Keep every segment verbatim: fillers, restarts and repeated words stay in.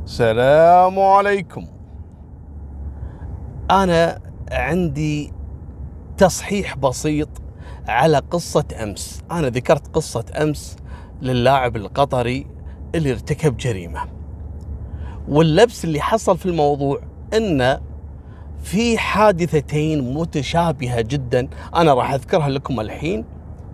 السلام عليكم. أنا عندي تصحيح بسيط على قصة أمس. أنا ذكرت قصة أمس للاعب القطري اللي ارتكب جريمة، واللبس اللي حصل في الموضوع إن في حادثتين متشابهة جدا أنا راح أذكرها لكم الحين،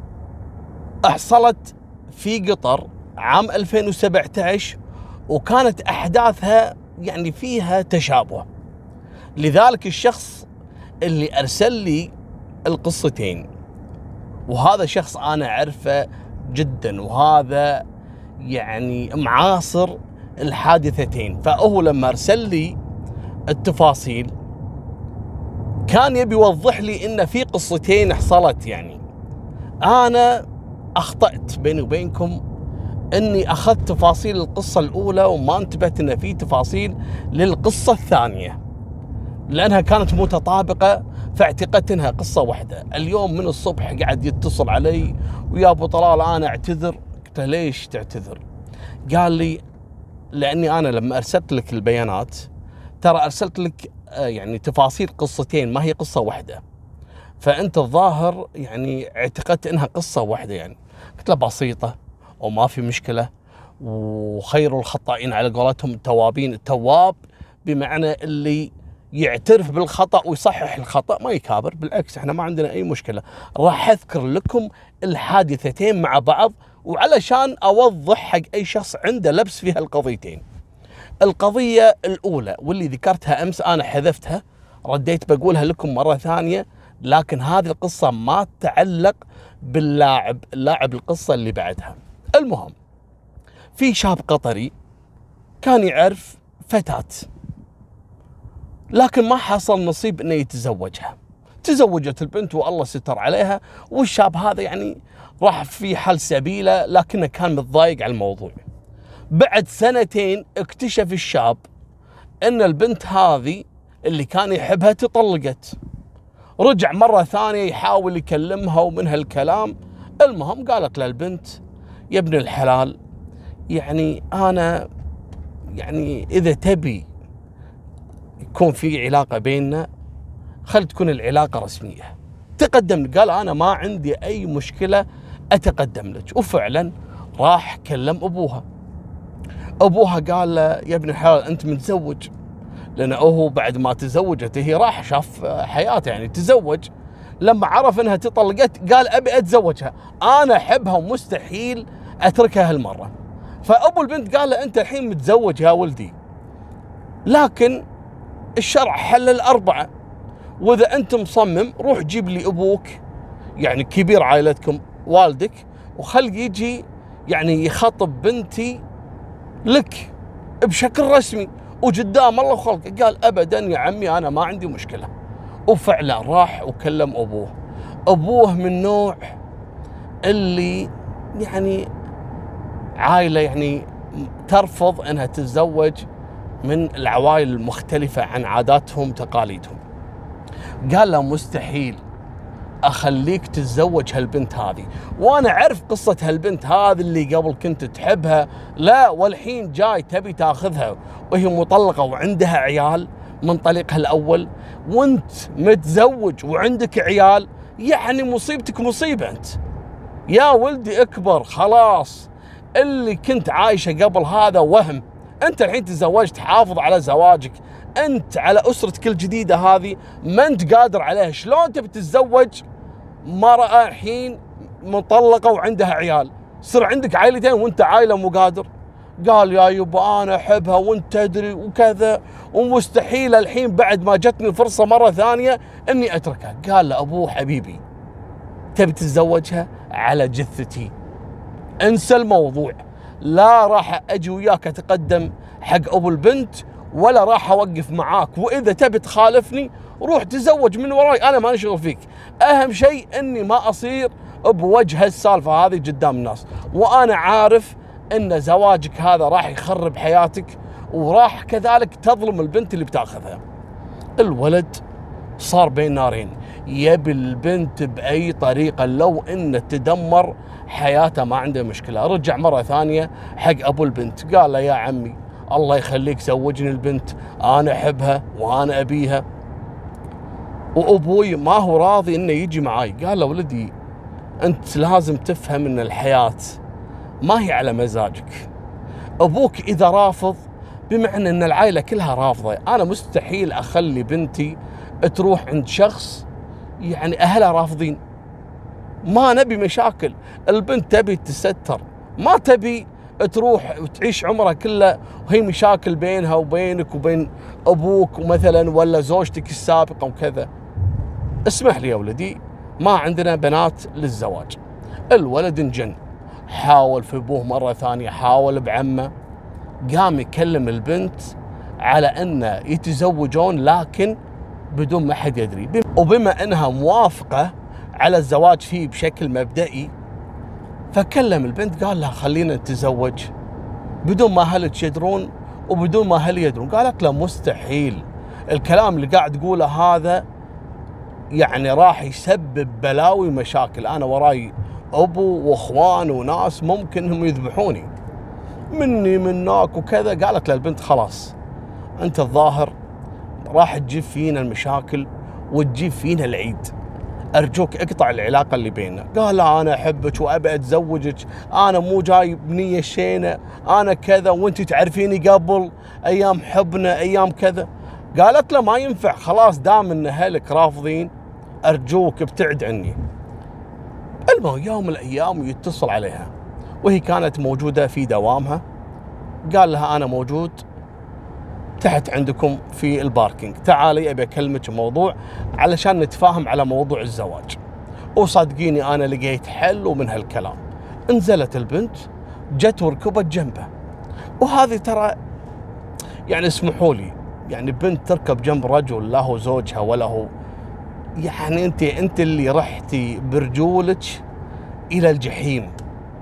حصلت في قطر عام ألفين وسبعة عشر، وكانت أحداثها يعني فيها تشابه. لذلك الشخص اللي أرسل لي القصتين، وهذا شخص أنا أعرفه جدا، وهذا يعني معاصر الحادثتين، فهو لما أرسل لي التفاصيل كان يبي يوضح لي إن في قصتين حصلت. يعني أنا أخطأت بيني وبينكم اني اخذت تفاصيل القصة الاولى وما انتبهت ان في تفاصيل للقصة الثانية، لانها كانت متطابقة فاعتقدت انها قصة واحدة. اليوم من الصبح قاعد يتصل علي ويا ابو طلال انا اعتذر. قلت له ليش تعتذر؟ قال لي لاني انا لما ارسلت لك البيانات ترى ارسلت لك يعني تفاصيل قصتين، ما هي قصة واحدة، فانت الظاهر يعني اعتقدت انها قصة واحدة. يعني قلت له بسيطة وما في مشكلة، وخير الخطائين على قولتهم التوابين. التواب بمعنى اللي يعترف بالخطأ ويصحح الخطأ، ما يكابر، بالعكس احنا ما عندنا اي مشكلة. راح اذكر لكم الحادثتين مع بعض، وعلشان اوضح حق اي شخص عنده لبس في هالقضيتين. القضية الاولى واللي ذكرتها امس انا حذفتها، رديت بقولها لكم مرة ثانية، لكن هذه القصة ما تتعلق باللاعب، اللاعب القصة اللي بعدها. المهم في شاب قطري كان يعرف فتاة، لكن ما حصل نصيب انه يتزوجها. تزوجت البنت والله ستر عليها، والشاب هذا يعني راح في حل سبيله، لكنه كان متضايق على الموضوع. بعد سنتين اكتشف الشاب ان البنت هذه اللي كان يحبها تطلقت. رجع مرة ثانية يحاول يكلمها ومن هالكلام. المهم قالت له البنت يا ابن الحلال، يعني أنا يعني إذا تبي يكون في علاقة بيننا خل تكون العلاقة رسمية، تقدم. قال أنا ما عندي أي مشكلة أتقدم لك. وفعلا راح كلم أبوها. أبوها قال له يا ابن الحلال أنت متزوج، لأنه هو بعد ما تزوجت هي راح شاف حياته، يعني تزوج. لما عرف انها تطلقت قال ابي اتزوجها، انا احبها ومستحيل اتركها هالمره. فابو البنت قال له انت الحين متزوج يا ولدي، لكن الشرع حل الاربعه، واذا انت مصمم روح جيب لي ابوك، يعني كبير عائلتكم والدك، وخل يجي يعني يخطب بنتي لك بشكل رسمي وقدام الله وخلقه. قال ابدا يا عمي انا ما عندي مشكله. وفعلا راح وكلم ابوه. ابوه من نوع اللي يعني عائله يعني ترفض انها تتزوج من العوائل المختلفه عن عاداتهم تقاليدهم. قال له مستحيل اخليك تتزوج هالبنت هذه، وانا اعرف قصه هالبنت هذه اللي قبل كنت تحبها، لا والحين جاي تبي تاخذها وهي مطلقه وعندها عيال من طليقها الاول، وانت متزوج وعندك عيال، يعني مصيبتك مصيبه. انت يا ولدي اكبر خلاص، اللي كنت عايشه قبل هذا وهم، انت الحين تزوجت، حافظ على زواجك، انت على اسرتك الجديده هذه ما انت قادر عليها. شلون تبي تتزوج مرأة الحين مطلقة وعندها عيال، صار عندك عائلتين وانت عائلة مو قادر؟ قال يا يبا انا احبها وانت تدري وكذا، ومستحيل الحين بعد ما جتني فرصة مرة ثانية اني اتركها. قال له ابوه حبيبي تبي تتزوجها على جثتي، انسى الموضوع، لا راح اجي وياك اتقدم حق ابو البنت ولا راح اوقف معاك، واذا تبي تخالفني روح تزوج من وراي، انا ما نشغل فيك، اهم شيء اني ما اصير بوجه السالفه هذه قدام الناس، وانا عارف ان زواجك هذا راح يخرب حياتك وراح كذلك تظلم البنت اللي بتاخذها. الولد صار بين نارين، يبي البنت باي طريقه لو ان تدمر حياته ما عنده مشكله. رجع مره ثانيه حق ابو البنت قال له يا عمي الله يخليك زوجني البنت، انا احبها وانا ابيها. وابوي ما هو راضي انه يجي معاي. قال له ولدي انت لازم تفهم ان الحياة ما هي على مزاجك. ابوك اذا رافض بمعنى ان العائلة كلها رافضة. انا مستحيل اخلي بنتي تروح عند شخص يعني اهلها رافضين. ما نبي مشاكل، البنت تبي تستر، ما تبي تروح وتعيش عمرها كله وهي مشاكل بينها وبينك وبين ابوك ومثلا ولا زوجتك السابقة وكذا. اسمح لي يا ولدي، ما عندنا بنات للزواج. الولد انجن، حاول في ابوه مرة ثانية، حاول بعمه، قام يكلم البنت على ان يتزوجون لكن بدون ما حد يدري. وبما انها موافقة على الزواج فيه بشكل مبدئي، فكلم البنت قال لها خلينا نتزوج بدون ما اهلك يدرون وبدون ما اهلي يدرون. قالت له مستحيل، الكلام اللي قاعد تقوله هذا يعني راح يسبب بلاوي ومشاكل، انا وراي ابو واخوان وناس ممكن انهم يذبحوني مني منك وكذا. قالت له البنت خلاص انت الظاهر راح تجيب فينا المشاكل وتجيب فينا العيد، ارجوك اقطع العلاقه اللي بيننا. قال لا انا احبك وابي اتزوجك، انا مو جاي بنيه شينه، انا كذا وانت تعرفيني قبل ايام حبنا ايام كذا. قالت له ما ينفع، خلاص دام ان اهلك رافضين ارجوك ابتعد عني. المهم يوم من الايام يتصل عليها وهي كانت موجوده في دوامها. قال لها انا موجود تحت عندكم في الباركينج، تعالي ابي اكلمك موضوع علشان نتفاهم على موضوع الزواج. وصدقيني انا لقيت حل ومن هالكلام. نزلت البنت جت وركبت جنبه. وهذه ترى يعني اسمحوا لي، يعني بنت تركب جنب رجل لا هو زوجها ولا هو، يعني انت انت اللي رحتي برجولك الى الجحيم.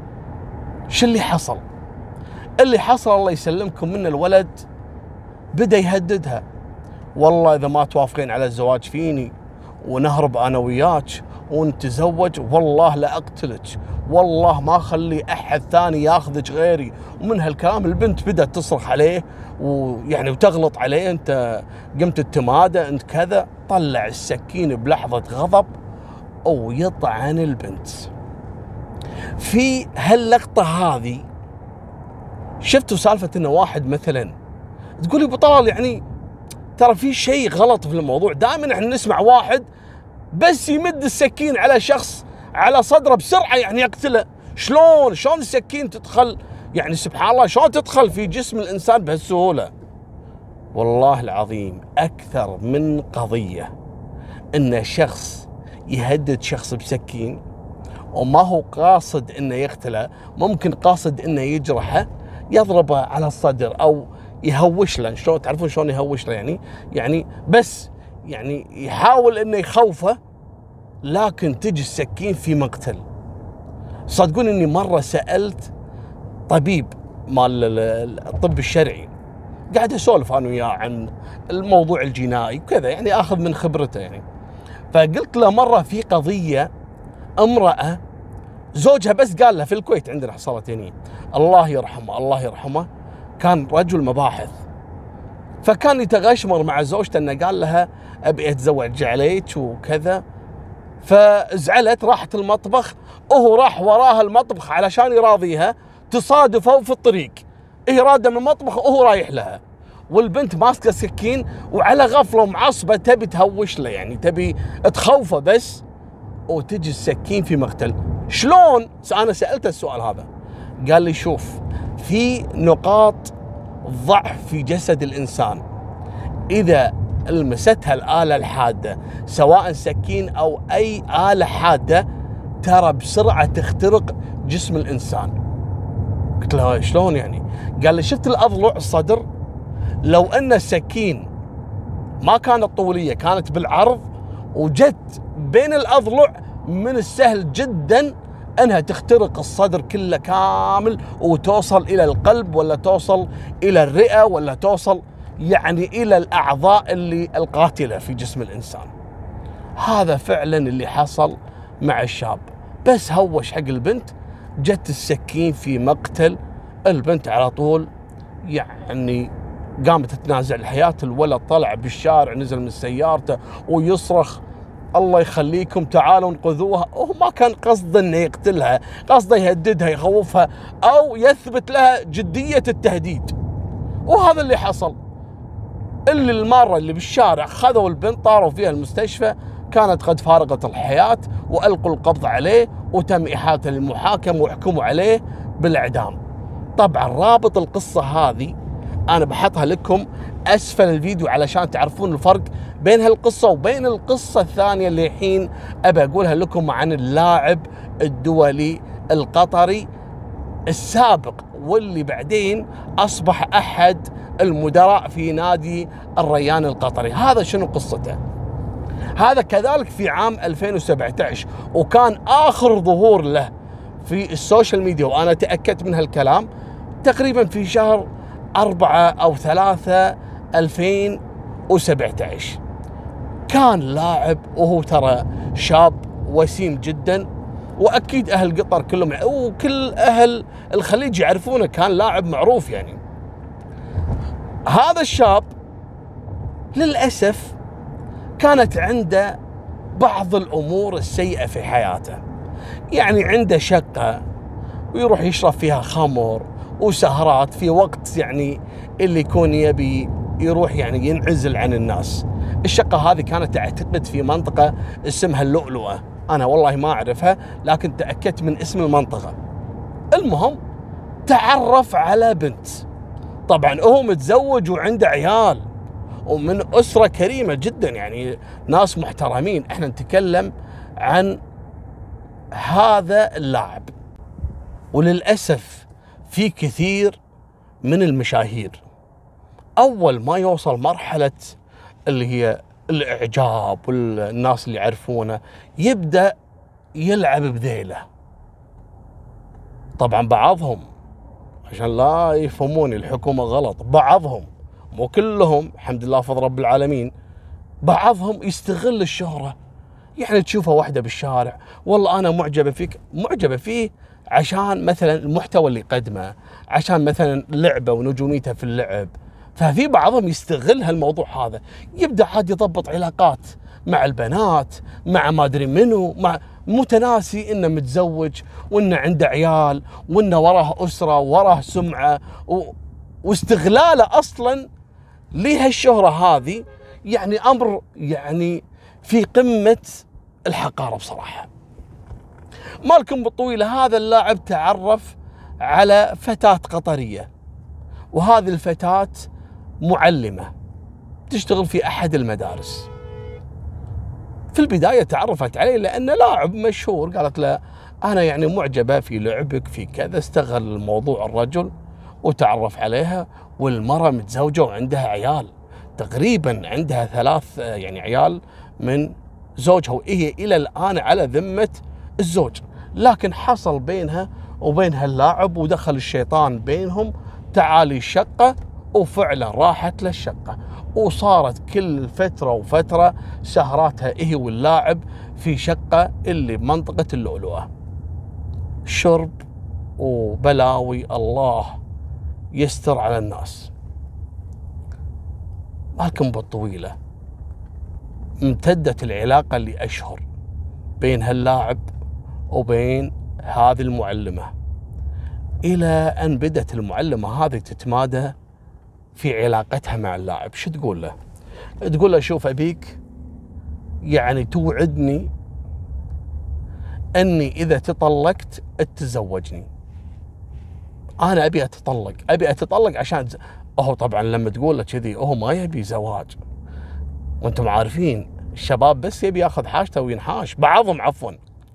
شو اللي حصل؟ اللي حصل الله يسلمكم من الولد بدأ يهددها، والله إذا ما توافقين على الزواج فيني ونهرب أنا وياك ونتزوج والله لا أقتلك، والله ما أخلي أحد ثاني ياخذك غيري. ومن هالكلام البنت بدأت تصرخ عليه ويعني وتغلط عليه، أنت قمت التمادة أنت كذا. طلع السكين بلحظة غضب ويطعن البنت. في هاللقطة هذه شفتوا سالفة إنه واحد مثلا تقولي ابو طلال يعني ترى في شيء غلط في الموضوع. دائما احنا نسمع واحد بس يمد السكين على شخص على صدره بسرعه يعني يقتله. شلون شلون السكين تدخل يعني سبحان الله شلون تدخل في جسم الانسان بهالسهوله؟ والله العظيم اكثر من قضيه ان شخص يهدد شخص بسكين وما هو قاصد انه يقتله، ممكن قاصد انه يجرحه، يضربه على الصدر او يهوش له. شلون تعرفون شلون يهوش له؟ يعني يعني بس يعني يحاول انه يخوفه، لكن تجي السكين في مقتل. صدقوني اني مره سالت طبيب مال الطب الشرعي، قاعد اسولف انا وياه عن الموضوع الجنائي وكذا، يعني اخذ من خبرته يعني. فقلت له مره في قضيه امراه زوجها بس قال لها في الكويت عندنا حصلت هني، الله يرحمه الله يرحمه، كان رجل مباحث، فكان يتغشمر مع زوجته انه قال لها ابي اتزوج عليك وكذا. فزعلت راحت المطبخ وهو راح وراها المطبخ علشان يراضيها، تصادفوا في الطريق، هي راده من المطبخ وهو رايح لها، والبنت ماسكه سكين وعلى غفله ومعصبه تبي تهوش له، يعني تبي تخوفه بس، وتجي السكين في مقتل. شلون؟ انا سالته السؤال هذا، قال لي شوف في نقاط ضعف في جسد الانسان اذا لمستها الاله الحاده سواء سكين او اي اله حاده ترى بسرعه تخترق جسم الانسان. قلت له شلون يعني؟ قال لي شفت الاضلع الصدر، لو ان السكين ما كانت طوليه كانت بالعرض وجت بين الاضلع من السهل جدا انها تخترق الصدر كله كامل وتوصل الى القلب ولا توصل الى الرئه ولا توصل يعني الى الاعضاء اللي القاتله في جسم الانسان. هذا فعلا اللي حصل مع الشاب، بس هوش حق البنت، جت السكين في مقتل. البنت على طول يعني قامت تتنازع الحياة. الولد طلع بالشارع، نزل من سيارته ويصرخ الله يخليكم تعالوا انقذوها. وهو ما كان قصده انه يقتلها، قصده يهددها يخوفها او يثبت لها جدية التهديد. وهذا اللي حصل. اللي المارة اللي بالشارع خذوا البنت طاروا فيها المستشفى، كانت قد فارقت الحياة، وألقوا القبض عليه وتم إحالته للمحاكمة وحكموا عليه بالإعدام. طبعا رابط القصة هذه أنا بحطها لكم أسفل الفيديو علشان تعرفون الفرق بين هالقصة وبين القصة الثانية اللي الحين أبى أقولها لكم عن اللاعب الدولي القطري السابق، واللي بعدين أصبح أحد المدراء في نادي الريان القطري. هذا شنو قصته؟ هذا كذلك في عام ألفين وسبعة عشر، وكان آخر ظهور له في السوشيال ميديا، وأنا تأكدت من هالكلام تقريبا في شهر أربعة أو ثلاثة ألفين وسبعة عشر. كان لاعب وهو ترى شاب وسيم جدا، وأكيد أهل قطر كلهم وكل أهل الخليج يعرفونه، كان لاعب معروف يعني. هذا الشاب للأسف كانت عنده بعض الأمور السيئة في حياته، يعني عنده شقة ويروح يشرب فيها خمر وسهرات في وقت يعني اللي يكون يبي يروح يعني ينعزل عن الناس. الشقة هذه كانت أعتقد في منطقة اسمها اللؤلؤة، أنا والله ما أعرفها لكن تأكدت من اسم المنطقة. المهم تعرف على بنت، طبعا هو متزوج وعنده عيال ومن أسرة كريمة جدا، يعني ناس محترمين. احنا نتكلم عن هذا اللاعب. وللأسف في كثير من المشاهير أول ما يوصل مرحلة اللي هي الإعجاب والناس اللي يعرفونه يبدأ يلعب بذيله. طبعا بعضهم عشان لا يفهموني الحكومة غلط، بعضهم مو كلهم الحمد لله فضل رب العالمين، بعضهم يستغل الشهرة. يعني تشوفها واحدة بالشارع والله أنا معجبة فيك، معجبة فيه عشان مثلا المحتوى اللي يقدمه، عشان مثلا لعبة ونجوميته في اللعب. ففي بعضهم يستغل هالموضوع هذا، يبدأ عاد يضبط علاقات مع البنات، مع ما أدري منو، مع متناسي إنه متزوج وإنه عنده عيال وإنه وراه أسرة وراه سمعة و... واستغلاله أصلا لهالشهرة هذه يعني أمر يعني في قمة الحقارة بصراحة. مالكم بالطويلة هذا اللاعب تعرف على فتاة قطرية، وهذه الفتاة معلمة تشتغل في أحد المدارس. في البداية تعرفت عليه لأنه لاعب مشهور، قالت له أنا يعني معجبة في لعبك في كذا. استغل الموضوع الرجل وتعرف عليها، والمرأة متزوجة وعندها عيال، تقريبا عندها ثلاث يعني عيال من زوجها، وهي إلى الآن على ذمة الزوج. لكن حصل بينها وبين هاللاعب ودخل الشيطان بينهم، تعالي الشقة، وفعلا راحت للشقة وصارت كل فترة وفترة سهراتها هي واللاعب في شقة اللي بمنطقة اللؤلؤة. شرب وبلاوي، الله يستر على الناس. مالكم بالطويلة امتدت العلاقة لأشهر بين هاللاعب وبين هذه المعلمة، إلى أن بدت المعلمة هذه تتمادى في علاقتها مع اللاعب. شو تقول له؟ تقول له شوف أبيك يعني توعدني أني إذا تطلقت تتزوجني. أنا أبي أتطلق، أبي أتطلق عشان هو طبعا لما تقول له كذي هو ما يبي زواج، وانتم عارفين الشباب بس يبي ياخذ حاجته وينحاش، بعضهم عفوا.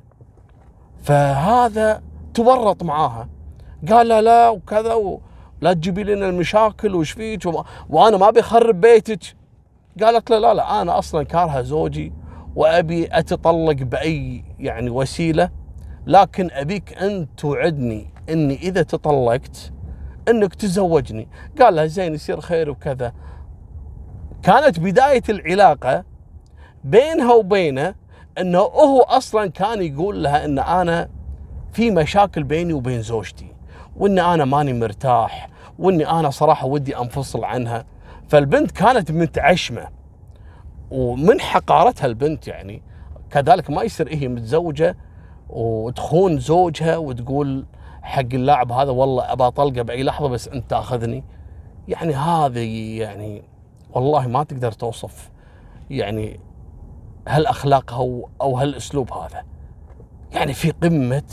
فهذا تورط معاها، قال لا لا وكذا ولا تجيبي لنا المشاكل وش فيك وما وانا ما ابي اخرب بيتك. قالت له لا لا انا اصلا كارهه زوجي وابي اتطلق باي يعني وسيله، لكن ابيك انت توعدني اني اذا تطلقت انك تزوجني. قال لها زين يصير خير وكذا. كانت بداية العلاقة بينها وبينه انه هو اصلا كان يقول لها ان انا في مشاكل بيني وبين زوجتي، وان انا ماني مرتاح، واني انا صراحه ودي انفصل عنها. فالبنت كانت متعشمه، ومن حقارتها البنت يعني كذلك ما يصير هي متزوجه وتخون زوجها وتقول حق اللاعب هذا والله ابى اطلقه باي لحظه بس انت تاخذني. يعني هذه يعني والله ما تقدر توصف يعني هالاخلاق او او هالاسلوب هذا، يعني في قمه،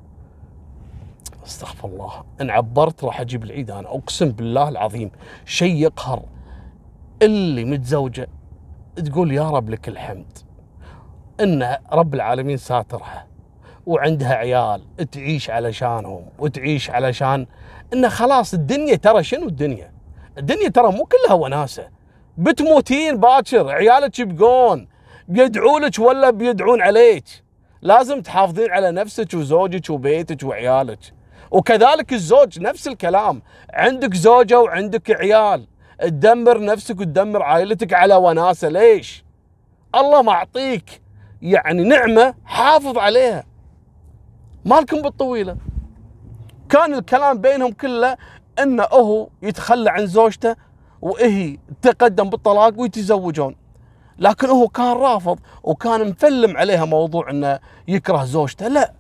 استغفر الله ان عبرت راح اجيب العيد. انا اقسم بالله العظيم شيء يقهر. اللي متزوجه تقول يا رب لك الحمد ان رب العالمين ساترها وعندها عيال تعيش علشانهم وتعيش علشان انه خلاص الدنيا، ترى شنو الدنيا؟ الدنيا ترى مو كلها وناسه، بتموتين باكر، عيالك يبقون بيدعوا لك ولا بيدعون عليك. لازم تحافظين على نفسك وزوجك وبيتك وعيالك، وكذلك الزوج نفس الكلام. عندك زوجة وعندك عيال، تدمر نفسك وتدمر عائلتك على وناسة. ليش؟ الله معطيك يعني نعمة، حافظ عليها. مالكم بالطويلة. كان الكلام بينهم كله انه هو يتخلى عن زوجته وهي تقدم بالطلاق ويتزوجون، لكن هو كان رافض وكان مفلم عليها موضوع انه يكره زوجته. لا،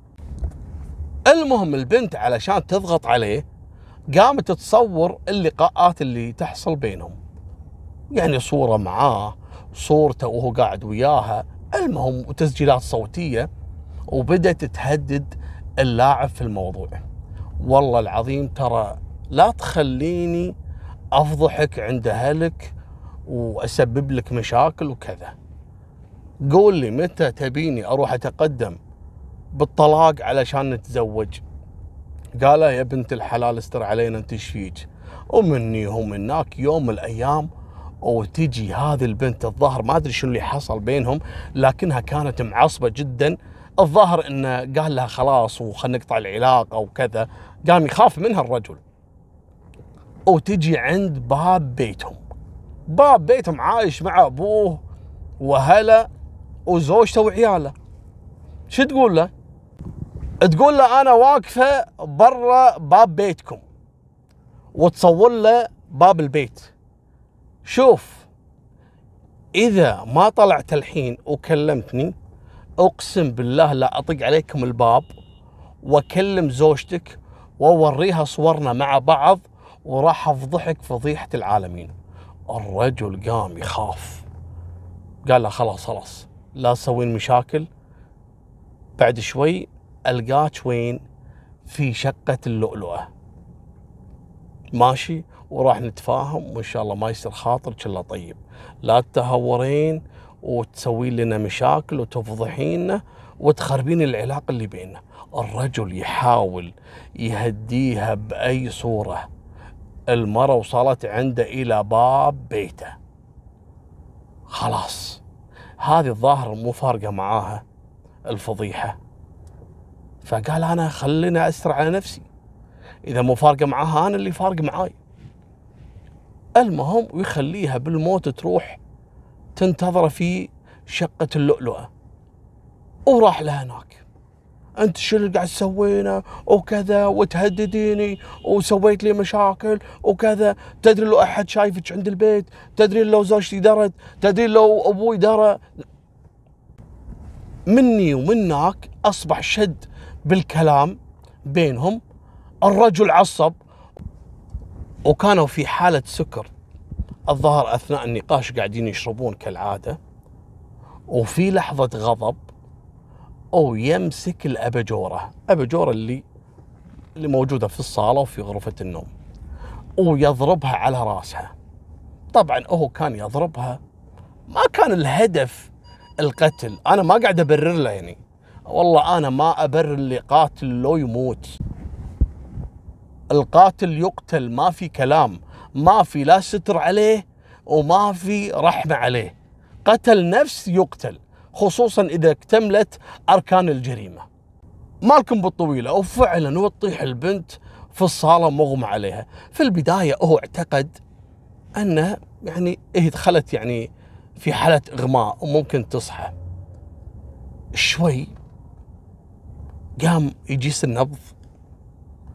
المهم البنت علشان تضغط عليه قامت تصور اللقاءات اللي تحصل بينهم، يعني صورة معاه، صورته وهو قاعد وياها، المهم وتسجيلات صوتية، وبدأت تهدد اللاعب في الموضوع. والله العظيم ترى لا تخليني أفضحك عند أهلك وأسبب لك مشاكل وكذا. قول لي متى تبيني أروح أتقدم بالطلاق علشان نتزوج؟ قال يا بنت الحلال استر علينا انت فيك، ومني ومناك يوم من الأيام وتجي هذه البنت. الظاهر ما أدري شنو اللي حصل بينهم، لكنها كانت معصبة جدا. الظاهر انه قال لها خلاص وخلنا نقطع العلاقة وكذا، قام يخاف منها الرجل. وتجي عند باب بيتهم، باب بيتهم عايش مع ابوه وهلا وزوجته وعياله. شو تقول له؟ تقول له انا واقفه برا باب بيتكم، وتصور له باب البيت. شوف اذا ما طلعت الحين وكلمتني اقسم بالله لا اطق عليكم الباب واكلم زوجتك واوريها صورنا مع بعض وراح افضحك فضيحة العالمين. الرجل قام يخاف، قال له خلاص خلاص لا تسوين مشاكل، بعد شوي القاك وين؟ في شقة اللؤلؤة. ماشي، وراح نتفاهم وان شاء الله ما يصير خاطرك الا طيب، لا تتهورين وتسوين لنا مشاكل وتفضحينا وتخربين العلاقة اللي بيننا. الرجل يحاول يهديها بأي صورة. المرة وصلت عنده إلى باب بيته، خلاص هذه الظاهر مو فارقة معاها الفضيحة، فقال أنا خلينا أسرع على نفسي، إذا مو فارقة معاها أنا اللي فارق معاي. المهم ويخليها بالموت تروح تنتظر في شقة اللؤلؤة. وراح لها هناك، انت شو اللي قاعد تسوينه وكذا وتهدديني وسويت لي مشاكل وكذا، تدري لو احد شايفك عند البيت، تدري لو زوجتي درت، تدري لو ابوي درى. مني ومنك اصبح شد بالكلام بينهم. الرجل عصب وكانوا في حالة سكر، الظاهر اثناء النقاش قاعدين يشربون كالعادة، وفي لحظة غضب أو يمسك الأباجورة، أباجورة اللي اللي موجودة في الصالة وفي غرفة النوم، ويضربها على راسها. طبعا هو كان يضربها، ما كان الهدف القتل. أنا ما قاعد أبرر له، يعني والله أنا ما أبرر اللي قاتل لو يموت، القاتل يقتل، ما في كلام، ما في لا ستر عليه وما في رحمة عليه. قتل نفس يقتل، خصوصا إذا اكتملت أركان الجريمة. مالكم بالطويلة. وفعلا وتطيح البنت في الصالة مغمى عليها. في البداية هو اعتقد أنه يعني هي دخلت يعني في حالة إغماء وممكن تصحى. شوي قام يجيس النبض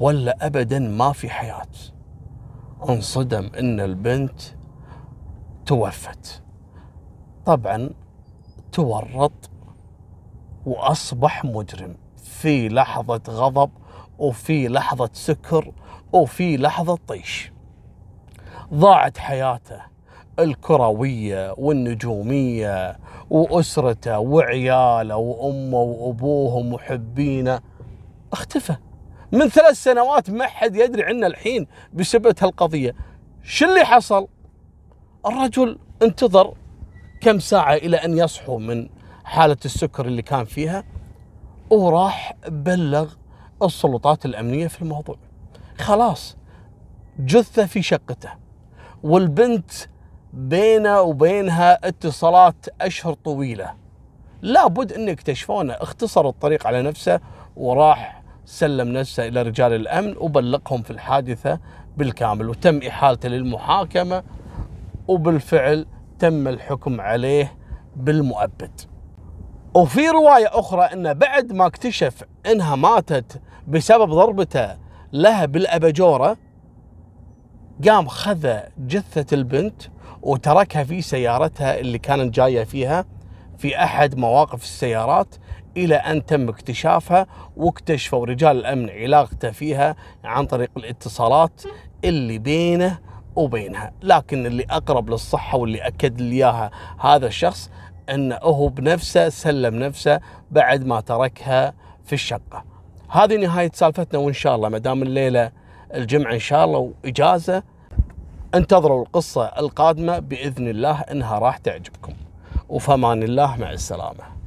ولا أبدا ما في حياة. انصدم إن البنت توفت. طبعا تورط وأصبح مجرم في لحظة غضب وفي لحظة سكر وفي لحظة طيش. ضاعت حياته الكروية والنجومية وأسرته وعياله وأمه وأبوه ومحبينه، اختفى من ثلاث سنوات ما حد يدري عنه الحين بسبب هالقضية. شو اللي حصل؟ الرجل انتظر كم ساعة إلى أن يصحو من حالة السكر اللي كان فيها، وراح بلغ السلطات الأمنية في الموضوع. خلاص جثة في شقته، والبنت بينه وبينها اتصالات أشهر طويلة، لابد أن يكتشفونه. اختصر الطريق على نفسه وراح سلم نفسه إلى رجال الأمن وبلغهم في الحادثة بالكامل، وتم إحالته للمحاكمة، وبالفعل تم الحكم عليه بالمؤبد. وفي رواية أخرى أنه بعد ما اكتشف أنها ماتت بسبب ضربته لها بالأباجورة، قام خذ جثة البنت وتركها في سيارتها اللي كانت جاية فيها في أحد مواقف السيارات، إلى أن تم اكتشافها واكتشفوا رجال الأمن علاقته فيها عن طريق الاتصالات اللي بينه وبينها. لكن اللي أقرب للصحة واللي أكد لي إياها هذا الشخص أنه هو بنفسه سلم نفسه بعد ما تركها في الشقة. هذه نهاية سالفتنا، وإن شاء الله ما دام الليلة الجمعة إن شاء الله وإجازة، انتظروا القصة القادمة بإذن الله إنها راح تعجبكم. وفمان الله، مع السلامة.